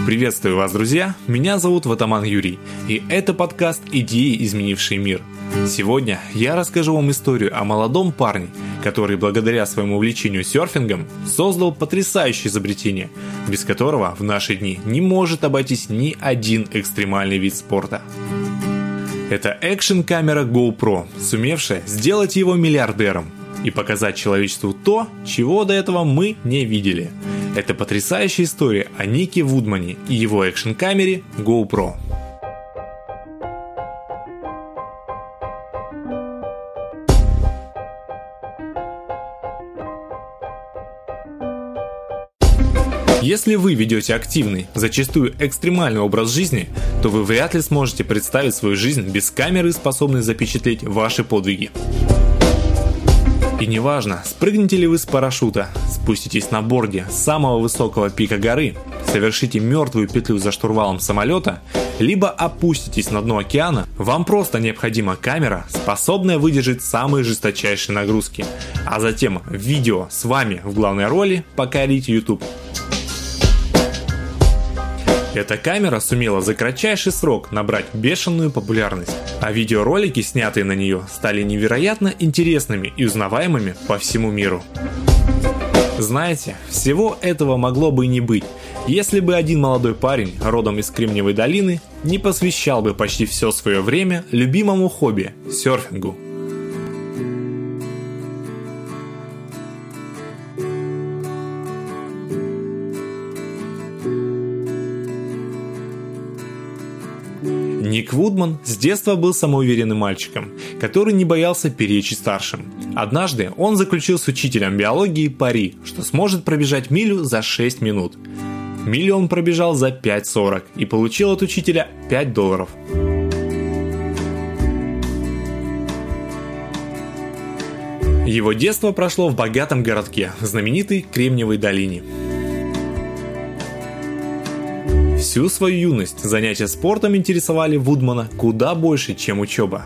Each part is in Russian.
Приветствую вас, друзья! Меня зовут Ватаман Юрий, и это подкаст «Идеи, изменившие мир». Сегодня я расскажу вам историю о молодом парне, который благодаря своему увлечению серфингом создал потрясающее изобретение, без которого в наши дни не может обойтись ни один экстремальный вид спорта. Это экшн-камера GoPro, сумевшая сделать его миллиардером и показать человечеству то, чего до этого мы не видели. Это потрясающая история о Нике Вудмане и его экшн-камере GoPro. Если вы ведете активный, зачастую экстремальный образ жизни, то вы вряд ли сможете представить свою жизнь без камеры, способной запечатлеть ваши подвиги. И неважно, спрыгнете ли вы с парашюта, спуститесь на борде с самого высокого пика горы, совершите мертвую петлю за штурвалом самолета, либо опуститесь на дно океана, вам просто необходима камера, способная выдержать самые жесточайшие нагрузки, а затем видео с вами в главной роли покорить YouTube. Эта камера сумела за кратчайший срок набрать бешеную популярность, а видеоролики, снятые на нее, стали невероятно интересными и узнаваемыми по всему миру. Знаете, всего этого могло бы и не быть, если бы один молодой парень, родом из Кремниевой долины, не посвящал бы почти все свое время любимому хобби – серфингу. Ник Вудман с детства был самоуверенным мальчиком, который не боялся перечить старшим. Однажды он заключил с учителем биологии пари, что сможет пробежать милю за 6 минут. Милю он пробежал за 5:40 и получил от учителя $5. Его детство прошло в богатом городке, знаменитой Кремниевой долине. Всю свою юность занятия спортом интересовали Вудмана куда больше, чем учеба.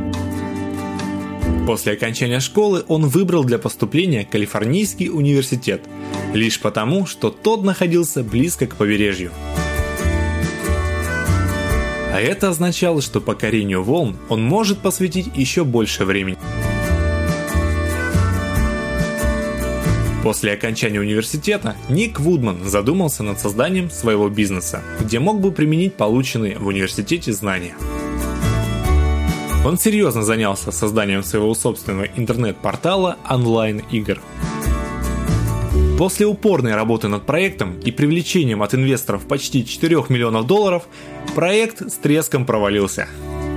После окончания школы он выбрал для поступления Калифорнийский университет, лишь потому, что тот находился близко к побережью. А это означало, что покорению волн он может посвятить еще больше времени. После окончания университета Ник Вудман задумался над созданием своего бизнеса, где мог бы применить полученные в университете знания. Он серьезно занялся созданием своего собственного интернет-портала онлайн-игр. После упорной работы над проектом и привлечением от инвесторов почти $4 миллионов, проект с треском провалился.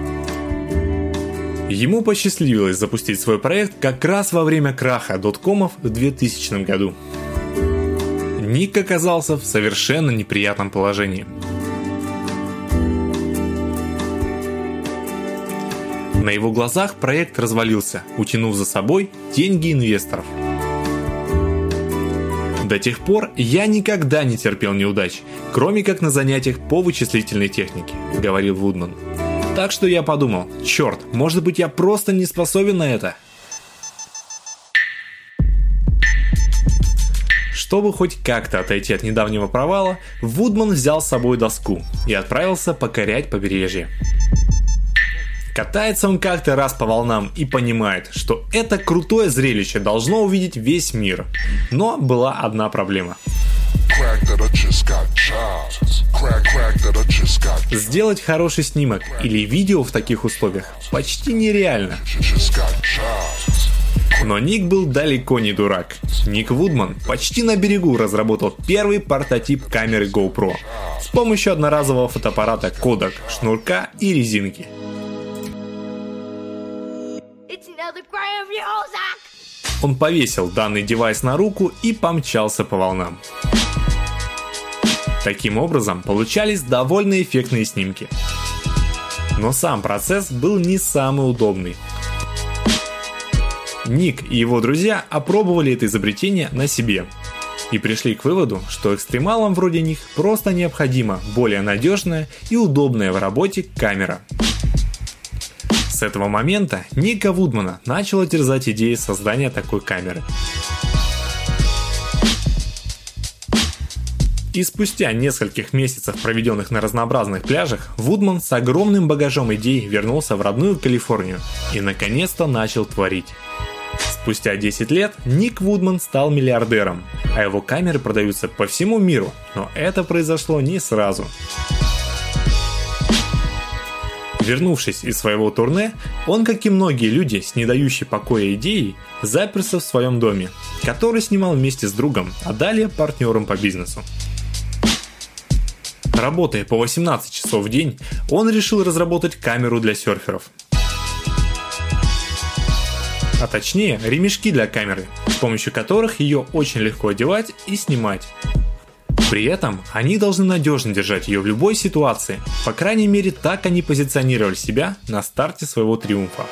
Ему посчастливилось запустить свой проект как раз во время краха доткомов в 2000 году. Ник оказался в совершенно неприятном положении. На его глазах проект развалился, утянув за собой деньги инвесторов. До тех пор я никогда не терпел неудач, кроме как на занятиях по вычислительной технике, говорил Вудман. Так что я подумал, черт, может быть я просто не способен на это. Чтобы хоть как-то отойти от недавнего провала, Вудман взял с собой доску и отправился покорять побережье. Катается он как-то раз по волнам и понимает, что это крутое зрелище должно увидеть весь мир. Но была одна проблема. Сделать хороший снимок или видео в таких условиях почти нереально. Но Ник был далеко не дурак. Ник Вудман почти на берегу разработал первый прототип камеры GoPro с помощью одноразового фотоаппарата Kodak, шнурка и резинки. Он повесил данный девайс на руку и помчался по волнам. Таким образом, получались довольно эффектные снимки. Но сам процесс был не самый удобный. Ник и его друзья опробовали это изобретение на себе и пришли к выводу, что экстремалам вроде них просто необходима более надежная и удобная в работе камера. С этого момента Ника Вудмана начала терзать идея создания такой камеры. И спустя нескольких месяцев, проведенных на разнообразных пляжах, Вудман с огромным багажом идей вернулся в родную Калифорнию и наконец-то начал творить. Спустя 10 лет Ник Вудман стал миллиардером, а его камеры продаются по всему миру, но это произошло не сразу. Вернувшись из своего турне, он, как и многие люди с не дающей покоя идеей, заперся в своем доме, который снимал вместе с другом, а далее партнером по бизнесу. Работая по 18 часов в день, он решил разработать камеру для серферов. А точнее, ремешки для камеры, с помощью которых ее очень легко одевать и снимать. При этом они должны надежно держать ее в любой ситуации, по крайней мере так они позиционировали себя на старте своего триумфа.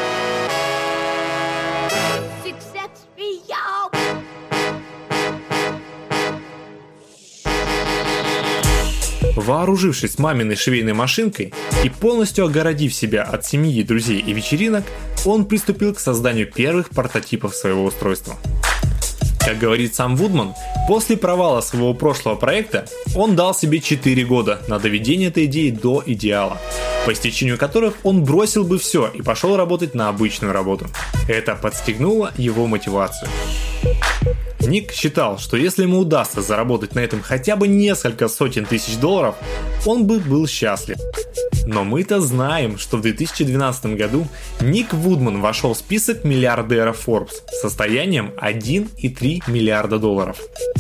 Вооружившись маминой швейной машинкой и полностью огородив себя от семьи, друзей и вечеринок, он приступил к созданию первых прототипов своего устройства. Как говорит сам Вудман, после провала своего прошлого проекта он дал себе 4 года на доведение этой идеи до идеала, по истечению которых он бросил бы все и пошел работать на обычную работу. Это подстегнуло его мотивацию. Ник считал, что если ему удастся заработать на этом хотя бы несколько сотен тысяч долларов, он бы был счастлив. Но мы-то знаем, что в 2012 году Ник Вудман вошел в список миллиардеров Forbes с состоянием 1,3 миллиарда долларов.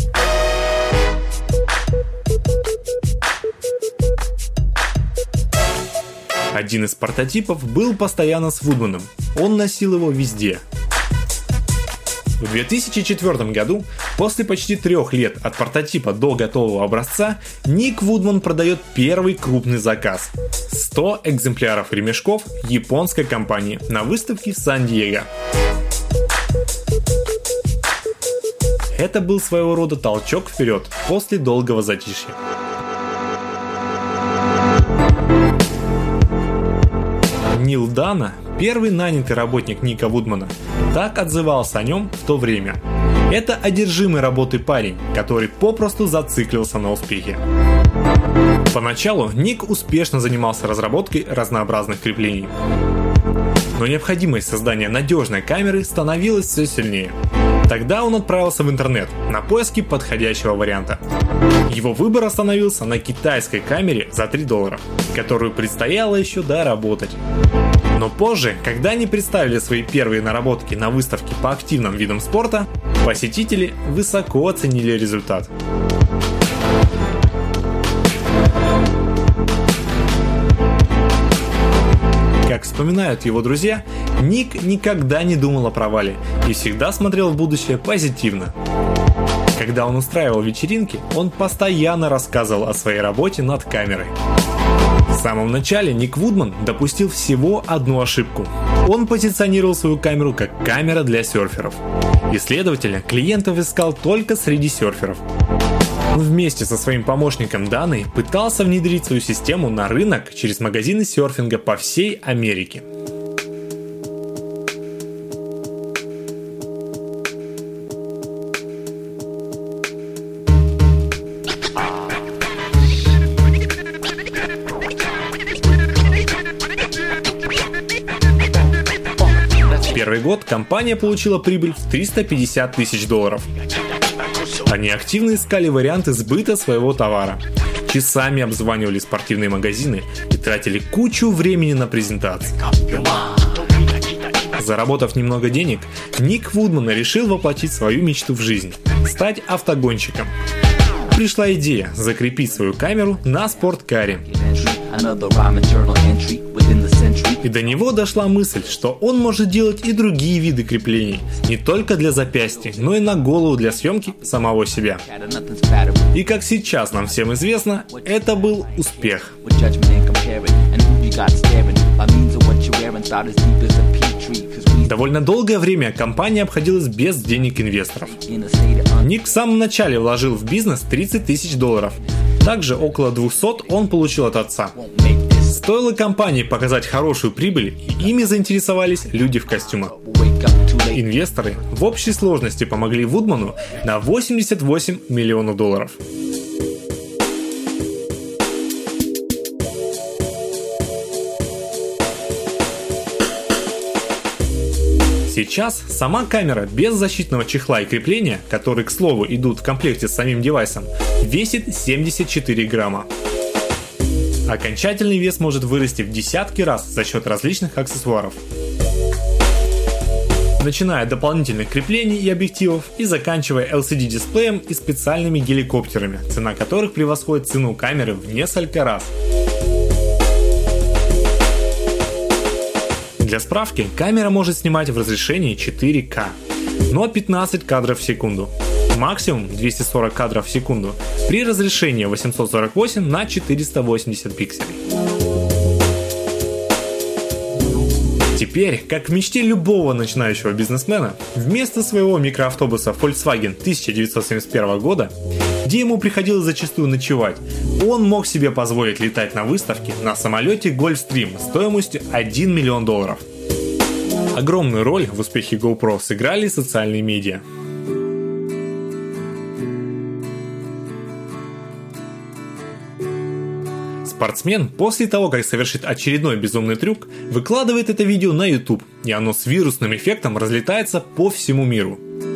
Один из прототипов был постоянно с Вудманом, он носил его везде. В 2004 году, после почти 3 лет от прототипа до готового образца, Ник Вудман продает первый крупный заказ – 100 экземпляров ремешков японской компании на выставке в Сан-Диего. Это был своего рода толчок вперед после долгого затишья. Нил Дана, первый нанятый работник Ника Вудмана, так отзывался о нем в то время. Это одержимый работой парень, который попросту зациклился на успехе. Поначалу Ник успешно занимался разработкой разнообразных креплений. Но необходимость создания надежной камеры становилась все сильнее. Тогда он отправился в интернет на поиски подходящего варианта. Его выбор остановился на китайской камере за $3, которую предстояло еще доработать. Но позже, когда они представили свои первые наработки на выставке по активным видам спорта, посетители высоко оценили результат. Как вспоминают его друзья, Ник никогда не думал о провале и всегда смотрел в будущее позитивно. Когда он устраивал вечеринки, он постоянно рассказывал о своей работе над камерой. В самом начале Ник Вудман допустил всего одну ошибку. Он позиционировал свою камеру как камера для серферов. И, следовательно, клиентов искал только среди серферов. Он вместе со своим помощником Даной пытался внедрить свою систему на рынок через магазины серфинга по всей Америке. Первый год компания получила прибыль в $350 тысяч. Они активно искали варианты сбыта своего товара, часами обзванивали спортивные магазины и тратили кучу времени на презентации. Заработав немного денег, Ник Вудман решил воплотить свою мечту в жизнь – стать автогонщиком. Пришла идея закрепить свою камеру на спорткаре. И до него дошла мысль, что он может делать и другие виды креплений, не только для запястья, но и на голову для съемки самого себя. И как сейчас нам всем известно, это был успех. Довольно долгое время компания обходилась без денег инвесторов. Ник в самом начале вложил в бизнес $30 тысяч. Также около 200 он получил от отца. Стоило компании показать хорошую прибыль, и ими заинтересовались люди в костюмах. Инвесторы в общей сложности помогли Вудману на $88 миллионов. Сейчас сама камера без защитного чехла и крепления, которые, к слову, идут в комплекте с самим девайсом, весит 74 грамма. Окончательный вес может вырасти в десятки раз за счет различных аксессуаров, начиная от дополнительных креплений и объективов и заканчивая LCD-дисплеем и специальными геликоптерами, цена которых превосходит цену камеры в несколько раз. Для справки, камера может снимать в разрешении 4К, но 15 кадров в секунду, максимум 240 кадров в секунду при разрешении 848 на 480 пикселей. Теперь, как в мечте любого начинающего бизнесмена, вместо своего микроавтобуса Volkswagen 1971 года, где ему приходилось зачастую ночевать, он мог себе позволить летать на выставке на самолете Gulfstream стоимостью $1 миллион. Огромную роль в успехе GoPro сыграли социальные медиа. Спортсмен после того, как совершит очередной безумный трюк, выкладывает это видео на YouTube, и оно с вирусным эффектом разлетается по всему миру.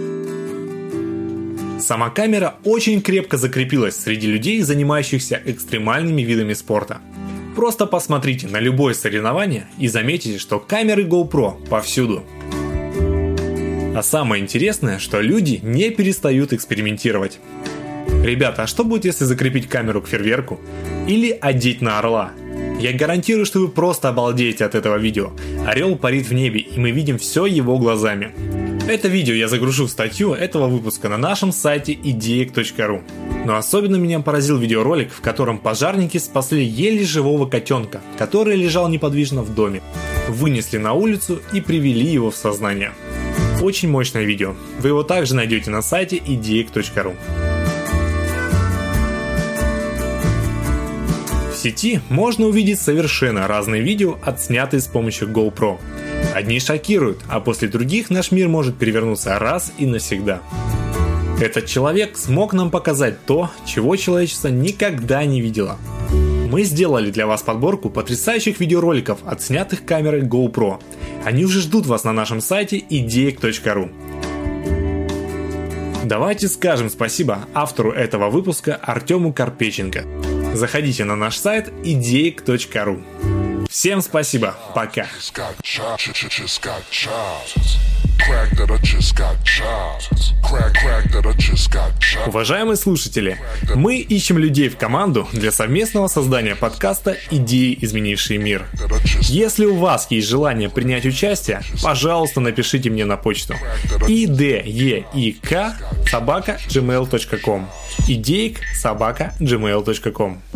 Сама камера очень крепко закрепилась среди людей, занимающихся экстремальными видами спорта. Просто посмотрите на любое соревнование и заметите, что камеры GoPro повсюду. А самое интересное, что люди не перестают экспериментировать. Ребята, а что будет, если закрепить камеру к фейерверку? Или одеть на орла? Я гарантирую, что вы просто обалдеете от этого видео. Орел парит в небе, и мы видим все его глазами. Это видео я загружу в статью этого выпуска на нашем сайте ideic.ru. Но особенно меня поразил видеоролик, в котором пожарники спасли еле живого котенка, который лежал неподвижно в доме. Вынесли на улицу и привели его в сознание. Очень мощное видео. Вы его также найдете на сайте ideic.ru. В сети можно увидеть совершенно разные видео, отснятые с помощью GoPro. Одни шокируют, а после других наш мир может перевернуться раз и навсегда. Этот человек смог нам показать то, чего человечество никогда не видело. Мы сделали для вас подборку потрясающих видеороликов, отснятых камерой GoPro. Они уже ждут вас на нашем сайте ideic.ru. Давайте скажем спасибо автору этого выпуска Артему Карпеченко. Заходите на наш сайт ideic.ru. Всем спасибо, пока. Уважаемые слушатели, мы ищем людей в команду для совместного создания подкаста «Идеи, изменившие мир». Если у вас есть желание принять участие, пожалуйста, напишите мне на почту ideik@gmail.com ideic@gmail.com